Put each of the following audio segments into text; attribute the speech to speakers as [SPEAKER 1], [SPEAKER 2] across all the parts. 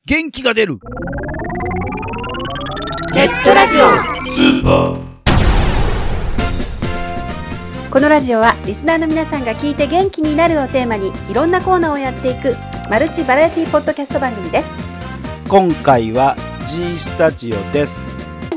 [SPEAKER 1] 元気が出る
[SPEAKER 2] ネットラジオ
[SPEAKER 1] スーパー。
[SPEAKER 2] このラジオはリスナーの皆さんが聞いて元気になるをテーマにいろんなコーナーをやっていくマルチバラエティポッドキャスト番組です。
[SPEAKER 1] 今回は G スタジオです。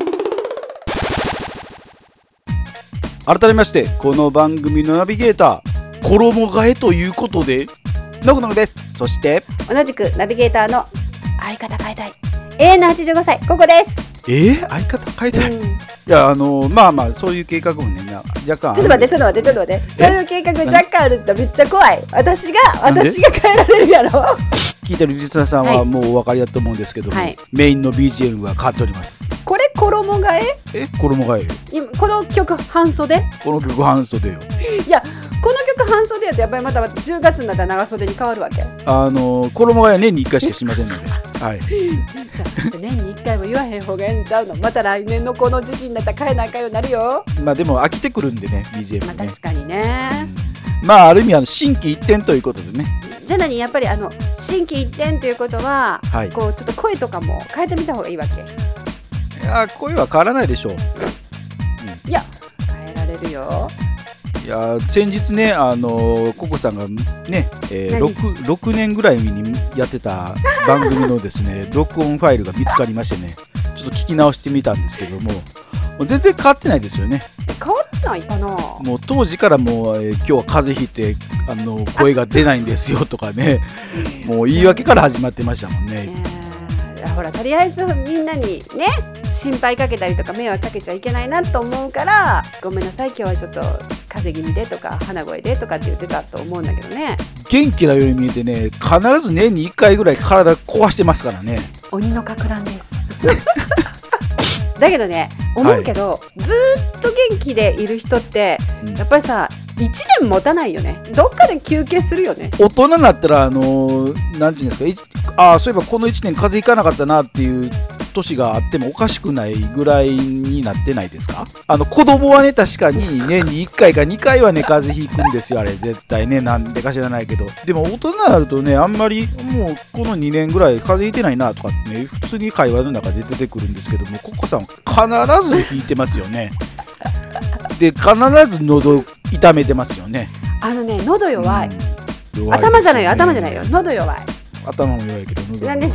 [SPEAKER 1] 改めましてこの番組のナビゲーター衣替えということでのぐのぐです。そして
[SPEAKER 2] 同じくナビゲーターの相方変えたい永遠の85歳ここです。
[SPEAKER 1] 相方変えたい、いやまあまあそういう計画もね若干
[SPEAKER 2] ちょっと待ってそういう計画若干あるってめっちゃ怖い。私が変えられるやろ。
[SPEAKER 1] 聞いてるリスナーさんはもうお分かりだと思うんですけども、
[SPEAKER 2] はい、
[SPEAKER 1] メインの BGM が変わっております。
[SPEAKER 2] これ衣替え？
[SPEAKER 1] 衣替えよ。
[SPEAKER 2] 今この曲半袖？
[SPEAKER 1] この曲半袖よ。
[SPEAKER 2] いやこの曲半袖やとやっぱりまた10月になったら長袖に変わるわけ。
[SPEAKER 1] 衣替えは年に1回しかしませんのではい
[SPEAKER 2] 年に1回も言わへん方がええんちゃうの。また来年のこの時期になったら変えなあかんようになるよ。
[SPEAKER 1] まあでも飽きてくるんでね BGM ね、
[SPEAKER 2] まあ、確かにね、
[SPEAKER 1] まあある意味心機一転ということでね。
[SPEAKER 2] じゃあ何やっぱり心機一転ということは、
[SPEAKER 1] はい、
[SPEAKER 2] こうちょっと声とかも変えてみた方がいいわけ？
[SPEAKER 1] いや声は変わらないでしょう、
[SPEAKER 2] いや変えられるよ。
[SPEAKER 1] いや先日ねココさんがね、6年ぐらいにやってた番組のですね録音ファイルが見つかりましてねちょっと聞き直してみたんですけども全然変わってないですよね。
[SPEAKER 2] 変わってないかな。
[SPEAKER 1] もう当時からもう、今日は風邪ひいて声が出ないんですよとかねもう言い訳から始まってましたもんね。
[SPEAKER 2] ほらとりあえずみんなにね心配かけたりとか迷惑かけちゃいけないなと思うからごめんなさい今日はちょっと風邪気味でとか鼻声でとかって言ってたと思うんだけどね。
[SPEAKER 1] 元気なように見えてね必ず年に1回ぐらい体壊してますからね。
[SPEAKER 2] 鬼のかく乱ですだけどね思うけど、ずっと元気でいる人って、やっぱりさ1年持たないよね。どっかで休憩するよね。
[SPEAKER 1] 大人になったらなんていうんですかそういえばこの1年風邪ひかなかったなっていう年があってもおかしくないぐらいになってないですか？子供はね確かに年に1回か2回はね風邪ひくんですよあれ絶対ねなんでか知らないけど。でも大人になるとねあんまりもうこの2年ぐらい風邪ひいてないなとかってね普通に会話の中で出てくるんですけどもココさんは必ずひいてますよねで必ず喉痛めてますよね。
[SPEAKER 2] 喉弱い、
[SPEAKER 1] 弱いね、
[SPEAKER 2] 頭じゃないよ喉弱い。
[SPEAKER 1] 頭も弱いけど喉も弱いね。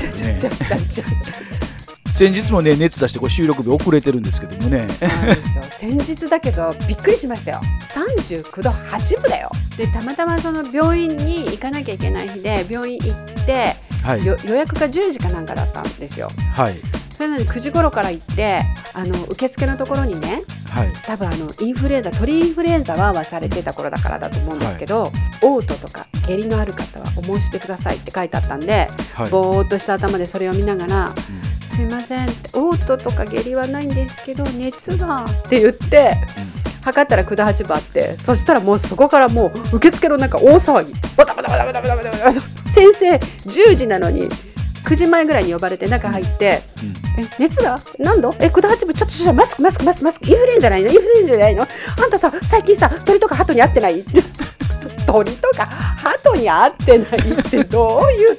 [SPEAKER 2] ち
[SPEAKER 1] 先日もね熱出してこれ収録日遅れてるんですけどもね
[SPEAKER 2] 先日だけどびっくりしましたよ。39度8分だよ。でたまたまその病院に行かなきゃいけない日で病院行って、はい、予約が10時かなんかだったんですよ。
[SPEAKER 1] はい。
[SPEAKER 2] それなのに9時頃から行って受付のところにね、はい、多分インフルエンザ鳥インフルエンザはされてた頃だからだと思うんですけど、はい、嘔吐とか下痢のある方はお申し出くださいって書いてあったんで、はい、ぼーっとした頭でそれを見ながら、すいません嘔吐とか下痢はないんですけど熱がって言って、測ったら管8分あって、そしたらもうそこからもう受付の中大騒ぎバタバタバタバタバタバタバタ先生10時なのに9時前ぐらいに呼ばれて中入って、熱が何度？管8分ちょっとマスクインフルエンザじゃないのあんたさ最近さ鳥とか鳩に会ってない鳥とか鳩に会ってないってどういう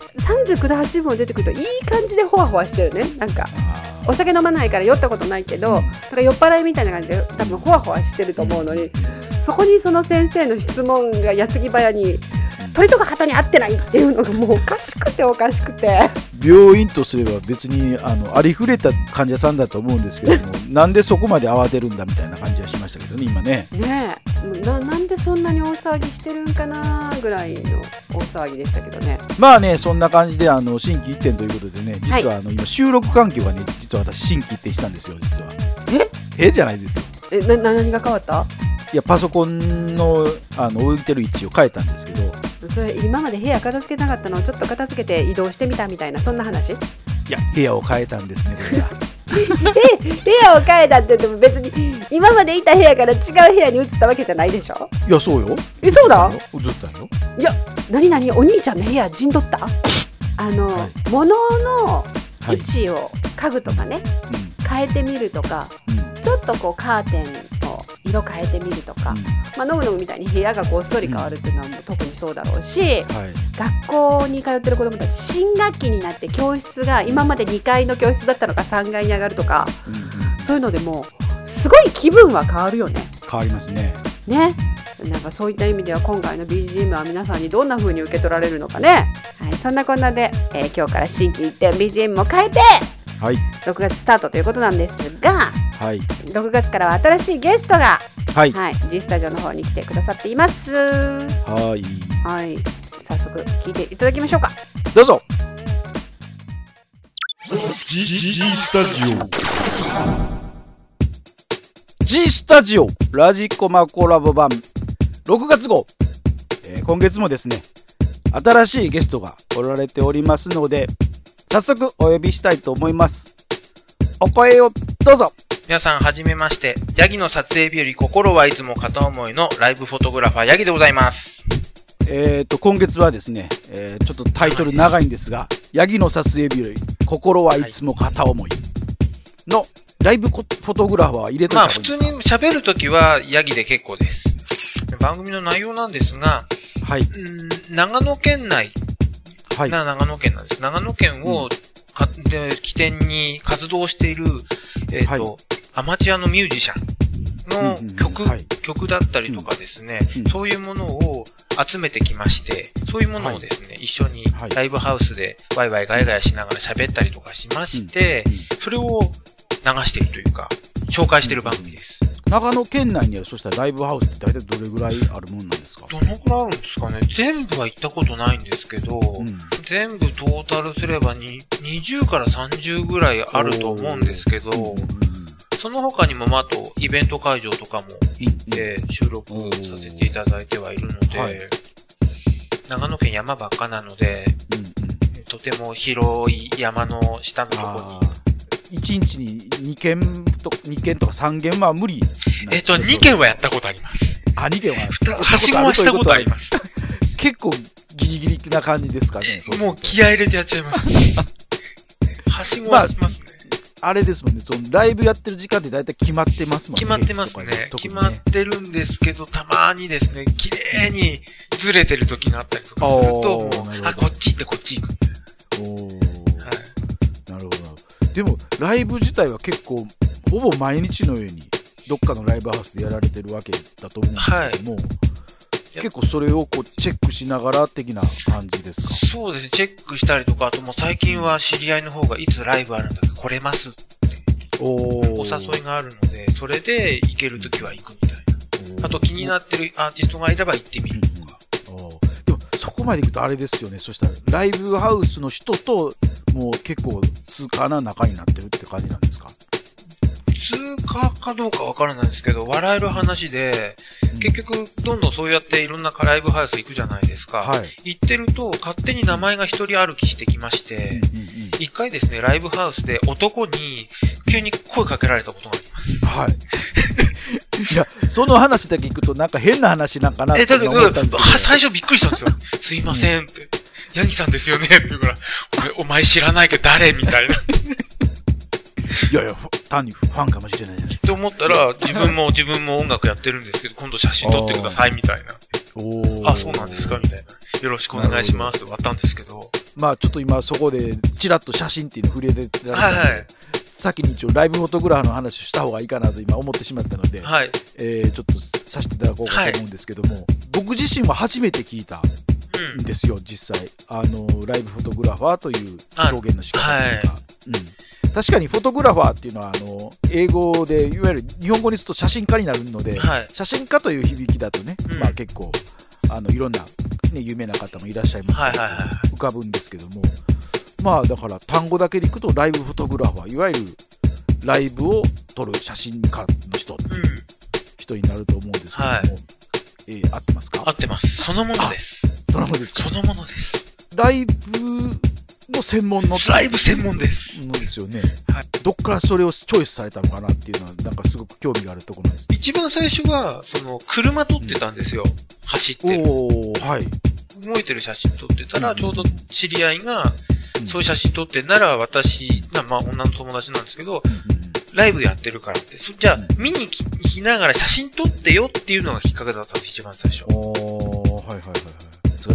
[SPEAKER 2] 39度8分出てくるといい感じでホワホワしてるね。なんかお酒飲まないから酔ったことないけど、だから酔っ払いみたいな感じで多分ホワホワしてると思うのに、そこにその先生の質問が矢継ぎ早に鳥とか鳩に会ってないっていうのがもうおかしくて
[SPEAKER 1] 病院とすれば別にありふれた患者さんだと思うんですけどもなんでそこまで慌てるんだみたいな感じはしましたけどね今ね。
[SPEAKER 2] なんでそんなに大騒ぎしてるんかなぐらいの大騒ぎでしたけどね。ま
[SPEAKER 1] あねそんな感じで心機一転ということでね実は今収録環境がね実は私心機一転したんですよ実は。じゃないですよ。
[SPEAKER 2] 何が変わった？
[SPEAKER 1] いやパソコンの置いてる位置を変えたんですけど、
[SPEAKER 2] それ今まで部屋片付けなかったのをちょっと片付けて移動してみたみたいなそんな話？い
[SPEAKER 1] や部屋を変えたんですねこれが
[SPEAKER 2] 部屋を変えたって言っても別に今までいた部屋から違う部屋に移ったわけじゃないでしょ。
[SPEAKER 1] いやそうよ。
[SPEAKER 2] そうだ
[SPEAKER 1] 移ったよ。
[SPEAKER 2] いや何お兄ちゃんの部屋陣取った？物の位置を家具とかね、変えてみるとか、ちょっとこうカーテンを色変えてみるとか、ノムノムみたいに部屋がごっそり変わるっていうのはもう特にそうだろうし、学校に通ってる子どもたち新学期になって教室が今まで2階の教室だったのが3階に上がるとか、そういうのでもすごい気分は変わるよね。
[SPEAKER 1] 変わりますね。
[SPEAKER 2] なんかそういった意味では今回の BGM は皆さんにどんな風に受け取られるのかね。そんなこんなで、今日から心機一転 BGM も変えて、6月スタートということなんですが、6月からは新しいゲストが、G スタジオの方に来てくださっています。早速聞いていただきましょうか。
[SPEAKER 1] どうぞ。
[SPEAKER 3] G スタジオ
[SPEAKER 1] G スタジオラジコマコラボ版6月号、今月もですね新しいゲストがおられておりますので、早速お呼びしたいと思います。お声をどうぞ。
[SPEAKER 4] 皆さんはじめまして、ヤギの撮影日より心はいつも片思いのライブフォトグラファーヤギでございます。
[SPEAKER 1] 今月はですね、ちょっとタイトル長いんですが、ヤギの撮影日より心はいつも片思いのライブフォトグラファーは入れといた方がいいですか？
[SPEAKER 4] 普通に喋るときはヤギで結構です。番組の内容なんですが、長野県内、長野県なんです。長野県を、起点に活動している、アマチュアのミュージシャンの曲だったりとかですね、そういうものを集めてきまして、そういうものをですね、一緒にライブハウスでワイワイガヤガヤしながら喋ったりとかしまして、それを流しているというか、紹介している番組です。
[SPEAKER 1] 長野県内にある、そしたらライブハウスって大体どれぐらいあるもんなんですか？
[SPEAKER 4] どのくらいあるんですかね。全部は行ったことないんですけど、全部トータルすれば20から30ぐらいあると思うんですけど、その他にもあとイベント会場とかも行って収録させていただいてはいるので、長野県山ばっかなので、とても広い山の下のとこに。
[SPEAKER 1] 1日に2件とか3件は無理。
[SPEAKER 4] 2件はやったことあります。
[SPEAKER 1] 2件は
[SPEAKER 4] はしごはしたことあります。
[SPEAKER 1] 結構ギリギリな感じですかね。
[SPEAKER 4] もう気合入れてやっちゃいます。はしごはしますね。
[SPEAKER 1] あれですもんね、そのライブやってる時間って大体決まってますもんね。
[SPEAKER 4] 決まってますね。決まってるんですけど、たまにですね、綺麗にずれてる時があったりとかすると、もう、こっち行ってこっち行く。
[SPEAKER 1] なるほど。でもライブ自体は結構ほぼ毎日のようにどっかのライブハウスでやられてるわけだと思うんですけども、結構それをこうチェックしながら的な感じですか？
[SPEAKER 4] そうですね、チェックしたりとか、あともう最近は知り合いの方がいつライブあるんだか来れますってお誘いがあるので、それで行けるときは行くみたいな。あと気になってるアーティストがいれば行ってみるとか。
[SPEAKER 1] でもそこまで行くとあれですよね。そしたらライブハウスの人ともう結構通過な仲になってるって感じなんですか？
[SPEAKER 4] 通過かどうかわからないんですけど、笑える話で、結局どんどんそうやっていろんなライブハウス行くじゃないですか。行ってると勝手に名前が一人歩きしてきまして、一回ですね、ライブハウスで男に急に声かけられたことがあります。
[SPEAKER 1] いや、その話だけ聞くとなんか変な話なんかなって思ったんですけど。
[SPEAKER 4] 最初びっくりしたんですよ。すいませんって。ヤギさんですよねって言うから、お前知らないけど誰みたいな。
[SPEAKER 1] いやいや、単にファンかもしれないじゃないですか。
[SPEAKER 4] って思ったら、自分も音楽やってるんですけど、今度写真撮ってくださいみたいな。あ、そうなんですかみたいな。よろしくお願いしますって終わったんですけど。
[SPEAKER 1] まあちょっと今そこでチラッと写真っていうの触れてられたので、先に一応ライブフォトグラファーの話をした方がいいかなと今思ってしまったので、ちょっとさせていただこうかと思うんですけども、僕自身は初めて聞いたんですよ、実際。ライブフォトグラファーという表現の仕方というか。確かにフォトグラファーっていうのは英語でいわゆる日本語にすると写真家になるので、写真家という響きだとね、まあ結構いろんな、ね、有名な方もいらっしゃいますので、浮かぶんですけども、まあだから単語だけでいくとライブフォトグラファー、いわゆるライブを撮る写真家の人っていう人になると思うんですけども、合ってますか？
[SPEAKER 4] 合ってます。そのものです。
[SPEAKER 1] そのものですか？
[SPEAKER 4] そのものです。
[SPEAKER 1] ライブの専門の
[SPEAKER 4] ライブ専門です。
[SPEAKER 1] のですよね。どっからそれをチョイスされたのかなっていうのはなんかすごく興味があるところなんです。
[SPEAKER 4] 一番最初は車撮ってたんですよ。走ってる。動いてる写真撮ってたら、ちょうど知り合いがそういう写真撮ってんなら私、まあ女の友達なんですけど、ライブやってるからって、じゃあ見に来きながら写真撮ってよっていうのがきっかけだったんです、一番最初。
[SPEAKER 1] はいはいはいはい。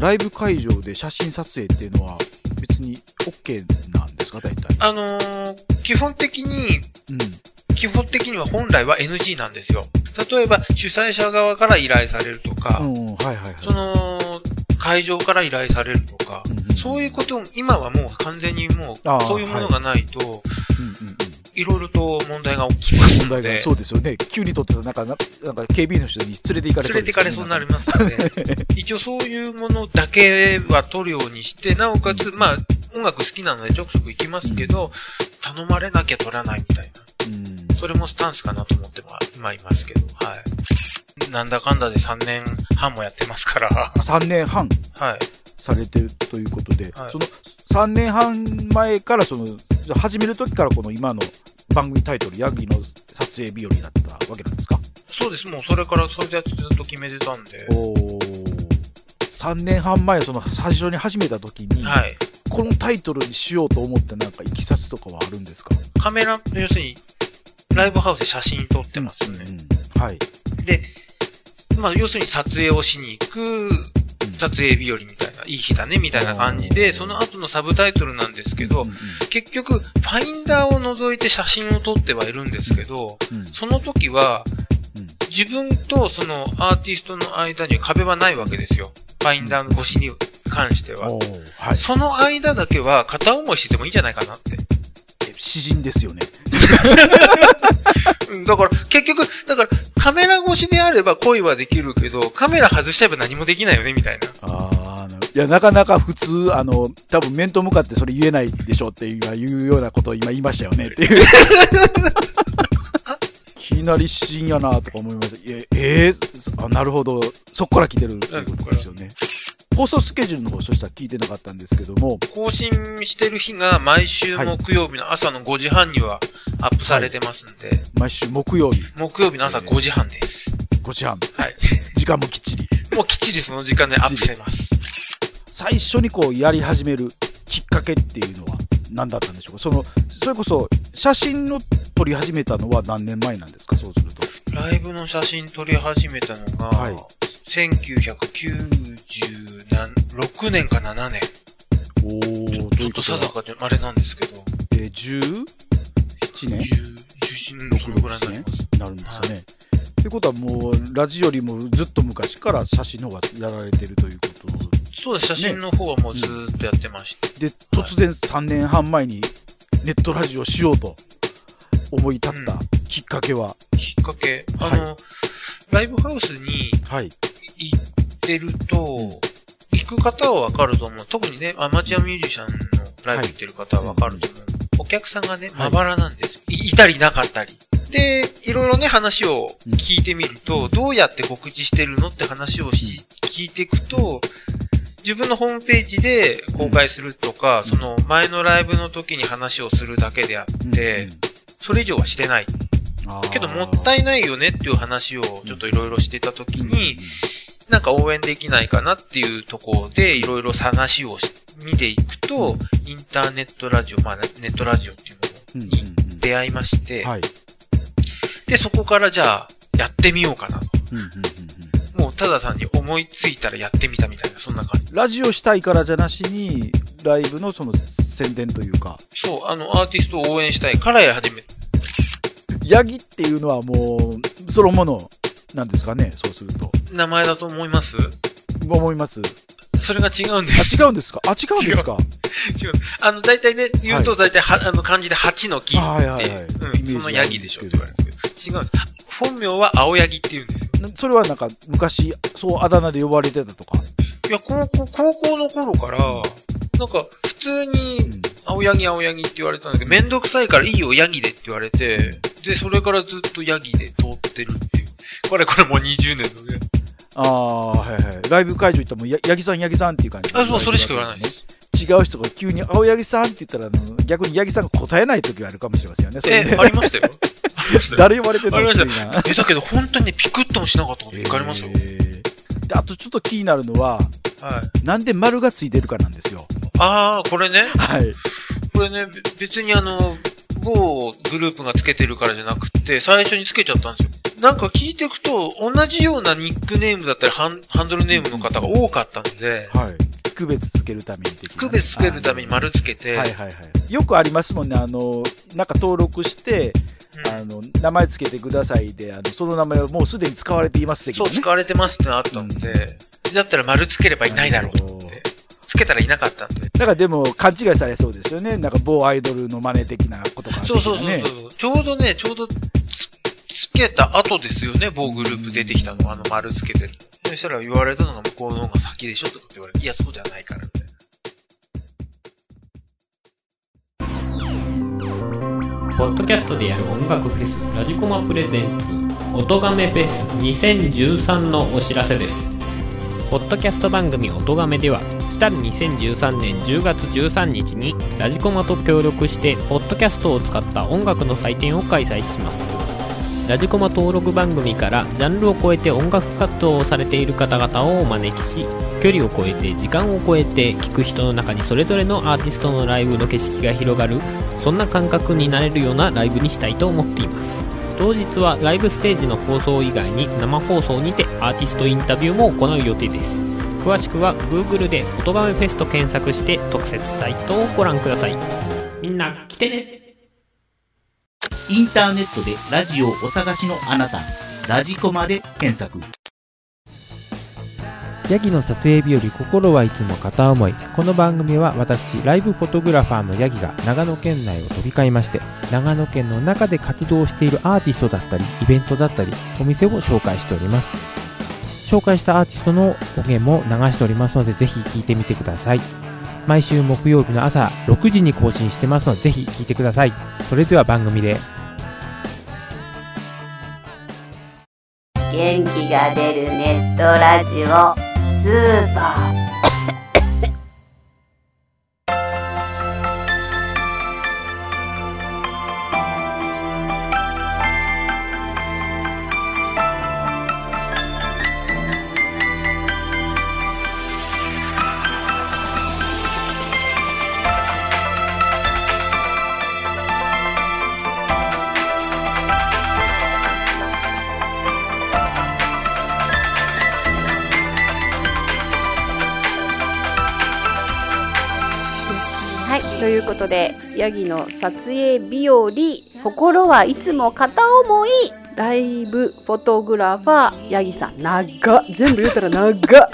[SPEAKER 1] ライブ会場で写真撮影っていうのは別に OK なんですか、大体。
[SPEAKER 4] 基本的には本来は NG なんですよ。例えば主催者側から依頼されるとか、その会場から依頼されるとか、そういうことを今はもう完全にもうそういうものがないと、いろいろと問題が起きますので。
[SPEAKER 1] そうですよね。急にとってなんか警備員の人に連れて行かれそうですね。
[SPEAKER 4] 連れて行かれそうになりますので、一応そういうものだけは取るようにして、なおかつ、まあ、音楽好きなのでちょくちょく行きますけど、頼まれなきゃ取らないみたいな。それもスタンスかなと思って今いますけど、はい。なんだかんだで3年半もやってますから。
[SPEAKER 1] 3年半されてるということで、その3年半前から始める時からこの今の番組タイトル、ヤギの撮影日和だったわけなんですか？
[SPEAKER 4] そうです。もうそれからそれでずっと決めてたんで。
[SPEAKER 1] 3年半前、最初に始めた時に、このタイトルにしようと思ってなんかいきさつとかはあるんですか？
[SPEAKER 4] カメラ、要するに、ライブハウスで写真撮ってますよね。
[SPEAKER 1] はい。
[SPEAKER 4] で、まあ、要するに撮影をしに行く、撮影日和みたいな、いい日だねみたいな感じで、その後のサブタイトルなんですけど、結局、ファインダーを除いて写真を撮ってはいるんですけど、その時は、自分とそのアーティストの間には壁はないわけですよ。ファインダーの越しに関しては。その間だけは片思いしててもいいんじゃないかなって。
[SPEAKER 1] 詩人ですよね。
[SPEAKER 4] だから、結局、カメラ越しであれば恋はできるけど、カメラ外しちゃえば何もできないよね、みたいな。
[SPEAKER 1] いや、なかなか普通、多分面と向かってそれ言えないでしょっていうようなことを今言いましたよねっていう。いきなり詩人やなとか思いました。なるほど。そこから来てるっていうことですよね。放送スケジュールの方、そしたら聞いてなかったんですけども。
[SPEAKER 4] 更新してる日が毎週木曜日の朝の5時半にはアップされてますんで。
[SPEAKER 1] 毎週木曜日。
[SPEAKER 4] 木曜日の朝5時半です。
[SPEAKER 1] 5時半。
[SPEAKER 4] はい。
[SPEAKER 1] 時間もきっちり。
[SPEAKER 4] もうきっちりその時間でアップしてます。
[SPEAKER 1] 最初にやり始めるきっかけっていうのは何だったんでしょうか？それこそ写真を撮り始めたのは何年前なんですか？そうすると。
[SPEAKER 4] ライブの写真撮り始めたのが、1996年か7年。ちょっと定かであれなんですけど。
[SPEAKER 1] 17年
[SPEAKER 4] ?17 年、そのぐらいになります。
[SPEAKER 1] なるんですよね。ってことはもう、ラジオよりもずっと昔から写真の方がやられてるということ。
[SPEAKER 4] そうです、写真の方はもうずっとやってました。
[SPEAKER 1] で、突然3年半前にネットラジオしようと思い立ったきっかけは？
[SPEAKER 4] ライブハウスに行ってると、行く方はわかると思う。特にね、アマチュアミュージシャンのライブ行ってる方はわかると思う。お客さんがね、まばらなんです。いたりなかったり。で、いろいろね、話を聞いてみると、どうやって告知してるのって話を聞いていくと、自分のホームページで公開するとか、その前のライブの時に話をするだけであって、それ以上はしてない。けどもったいないよねっていう話をちょっといろいろしてた時に、なんか応援できないかなっていうところでいろいろ話を見ていくと、インターネットラジオ、まあネットラジオっていうのに出会いまして、で、そこからじゃあやってみようかなと。もうただ単に思いついたらやってみたみたいな、そんな感じ。
[SPEAKER 1] ラジオしたいからじゃなしに、ライブのその宣伝というか。
[SPEAKER 4] そう、アーティストを応援したいからや始めた。
[SPEAKER 1] ヤギっていうのはもう、そのものなんですかね、そうすると。
[SPEAKER 4] 名前だと思います？
[SPEAKER 1] 思います。
[SPEAKER 4] それが違うんです。
[SPEAKER 1] 違うんですか？違うんですか？
[SPEAKER 4] 違う。大体ね、言うと大体漢字で蜂の木って、そのヤギでしょって言われるんですけど、違うんです。本名は青ヤギって言うんですよ。
[SPEAKER 1] それはなんか昔、そうあだ名で呼ばれてたとか？
[SPEAKER 4] いや、高校の頃から、なんか普通に青ヤギって言われてたんだけど、めんどくさいからいいよヤギでって言われて、で、それからずっとヤギで通ってるっていう。これもう20年のね。
[SPEAKER 1] ライブ会場行ったらもうヤギさんっていう感じ。
[SPEAKER 4] もうそれしか言わないです。
[SPEAKER 1] 違う人が急に青柳さんって言ったら逆にヤギさんが答えない時があるかもしれませんよね。
[SPEAKER 4] ありましたよ。
[SPEAKER 1] 誰呼ばれてるの？
[SPEAKER 4] ありました。だけど本当にピクッともしなかったこと一回ありますよ。
[SPEAKER 1] で、あとちょっと気になるのは、なんで丸がついてるかなんですよ。
[SPEAKER 4] これね。これね、別に某グループがつけてるからじゃなくて、最初につけちゃったんですよ。 なんか聞いていくと、同じようなニックネームだったり、ハンドルネームの方が多かったので、
[SPEAKER 1] はい。区別つけるために的な、
[SPEAKER 4] 区別つけるために丸つけて、
[SPEAKER 1] はいはいはい。よくありますもんね、なんか登録して、名前つけてくださいで、その名前はもうすでに使われています的な、ね。
[SPEAKER 4] そう、使われてますってあったので、だったら丸つければいないだろうと思って。つけたらいなかったんで。
[SPEAKER 1] だからでも勘違いされそうですよね。なんか某アイドルの真似的なことが、ね。
[SPEAKER 4] そう。ちょうどつけた後ですよね、某グループ出てきたの、丸つけてる。そしたら言われたのが向こうの方が先でしょとかって言われて、いや、そうじゃないからみたいな。
[SPEAKER 5] ポッドキャストでやる音楽フェスラジコマプレゼンツ音亀フェス2013のお知らせです。ポッドキャスト番組音亀では来たる2013年10月13日にラジコマと協力してポッドキャストを使った音楽の祭典を開催します。ラジコマ登録番組からジャンルを超えて音楽活動をされている方々をお招きし、距離を超えて時間を超えて聴く人の中にそれぞれのアーティストのライブの景色が広がる、そんな感覚になれるようなライブにしたいと思っています。当日はライブステージの放送以外に生放送にてアーティストインタビューも行う予定です。詳しくは Google で音亀フェスと検索して特設サイトをご覧ください。みんな来てね。
[SPEAKER 6] インターネットでラジオをお探しのあなた、ラジコマで検索。
[SPEAKER 7] ヤギの撮影日より心はいつも片思い。この番組は私ライブフォトグラファーのヤギが長野県内を飛び交いまして、長野県の中で活動しているアーティストだったりイベントだったりお店を紹介しております。紹介したアーティストの音源も流しておりますので、ぜひ聴いてみてください。毎週木曜日の朝6時に更新してますので、ぜひ聴いてください。それでは番組で。
[SPEAKER 8] 元気が出るネットラジオスーパー
[SPEAKER 2] ということで、ヤギの撮影日和、心はいつも片思い、ライブフォトグラファー、ヤギさん、全部言ったらの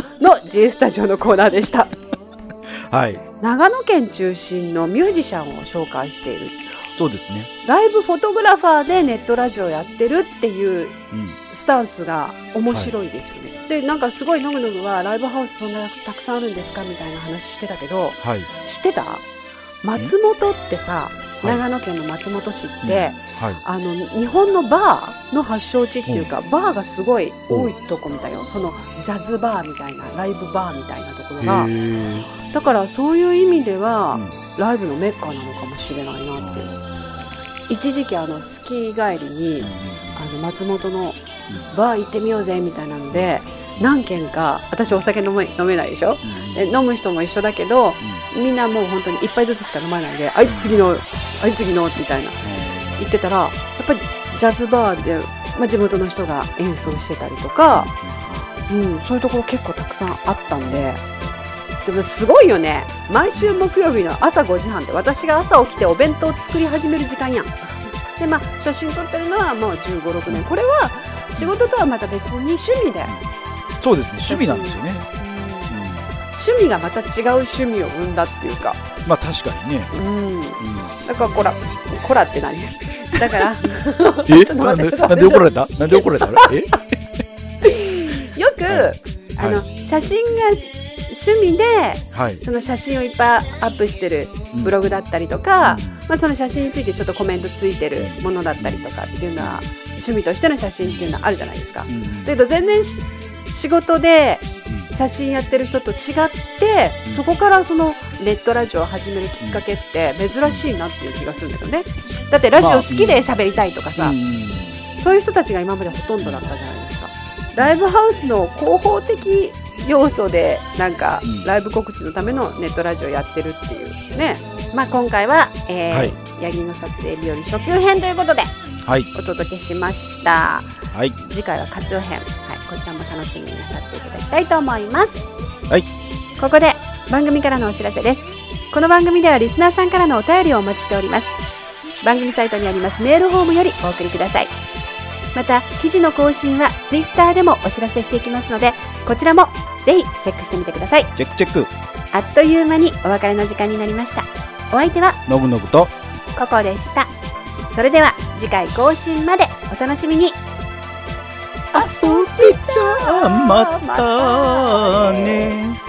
[SPEAKER 2] J スタジオのコーナーでした。
[SPEAKER 1] はい。
[SPEAKER 2] 長野県中心のミュージシャンを紹介している。
[SPEAKER 1] そうですね。
[SPEAKER 2] ライブフォトグラファーでネットラジオやってるっていうスタンスが面白いですよね。はい、で、なんかすごいノグノグはライブハウスそんなたくさんあるんですかみたいな話してたけど、
[SPEAKER 1] はい、
[SPEAKER 2] 知ってた？松本ってさ、長野県の松本市って、日本のバーの発祥地っていうか、バーがすごい多いとこみたいよ。そのジャズバーみたいな、ライブバーみたいなところが。だからそういう意味では、ライブのメッカなのかもしれないなって。一時期スキー帰りに、松本のバー行ってみようぜみたいなので、何軒か、私お酒飲めないでしょ、飲む人も一緒だけど、みんなもう本当に一杯ずつしか飲まないで、次のみたいな言ってたら、やっぱりジャズバーで、地元の人が演奏してたりとか、そういうところ結構たくさんあったんで、でもすごいよね。毎週木曜日の朝5時半で、私が朝起きてお弁当を作り始める時間やん。で、写真撮ってるのはもう15、6年。これは仕事とはまた別に趣味で。
[SPEAKER 1] そうですね、趣味なんですよね。
[SPEAKER 2] 趣味がまた違う趣味を生んだっていうか。
[SPEAKER 1] 確かにね。
[SPEAKER 2] だからこらって何？だから。
[SPEAKER 1] なんで怒られた？よ
[SPEAKER 2] く、写真が趣味で、その写真をいっぱいアップしてるブログだったりとか、その写真についてちょっとコメントついてるものだったりとかっていうのは、趣味としての写真っていうのはあるじゃないですか。だけど全然仕事で写真やってる人と違って、そこからそのネットラジオを始めるきっかけって珍しいなっていう気がするんだけどね。だってラジオ好きで喋りたいとかさ、そういう人たちが今までほとんどだったじゃないですか。ライブハウスの広報的要素でなんかライブ告知のためのネットラジオやってるっていうね。今回は、ヤギの撮影日和初級編ということで、お届けしました。
[SPEAKER 1] はい、
[SPEAKER 2] 次回は活用編、はい、こちらも楽しみになさっていただきたいと思います。
[SPEAKER 1] はい、
[SPEAKER 2] ここで番組からのお知らせです。この番組ではリスナーさんからのお便りをお待ちしております。番組サイトにありますメールフォームよりお送りください。また記事の更新はツイッターでもお知らせしていきますので、こちらもぜひチェックしてみてください。
[SPEAKER 1] チェックチェック。
[SPEAKER 2] あっという間にお別れの時間になりました。お相手は
[SPEAKER 1] のぶのぶと
[SPEAKER 2] ココでした。それでは次回更新までお楽しみに。
[SPEAKER 1] 遊びちゃまたね。